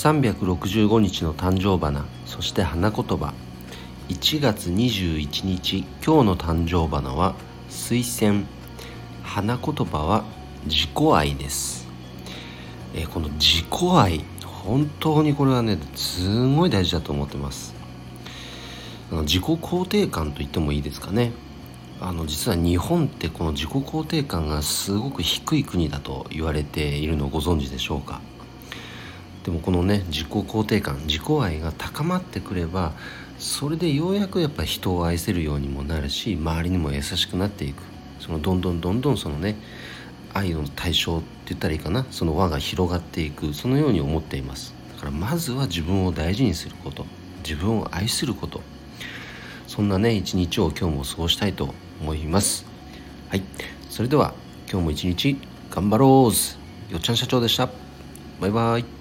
365日の誕生花、そして花言葉。1月21日、今日の誕生花は水仙、花言葉は自己愛です。この自己愛、本当にこれはね、すごい大事だと思ってます。自己肯定感と言ってもいいですかね。実は日本ってこの自己肯定感がすごく低い国だと言われているのをご存知でしょうか。でもこのね、自己肯定感、自己愛が高まってくれば、それでようやくやっぱり人を愛せるようにもなるし、周りにも優しくなっていく。どんどんそのね、愛の対象って言ったらいいかな、その輪が広がっていく、そのように思っています。だからまずは自分を大事にすること、自分を愛すること、そんなね一日を今日も過ごしたいと思います。はい、それでは今日も一日頑張ろう。よっちゃん社長でした。バイバイ。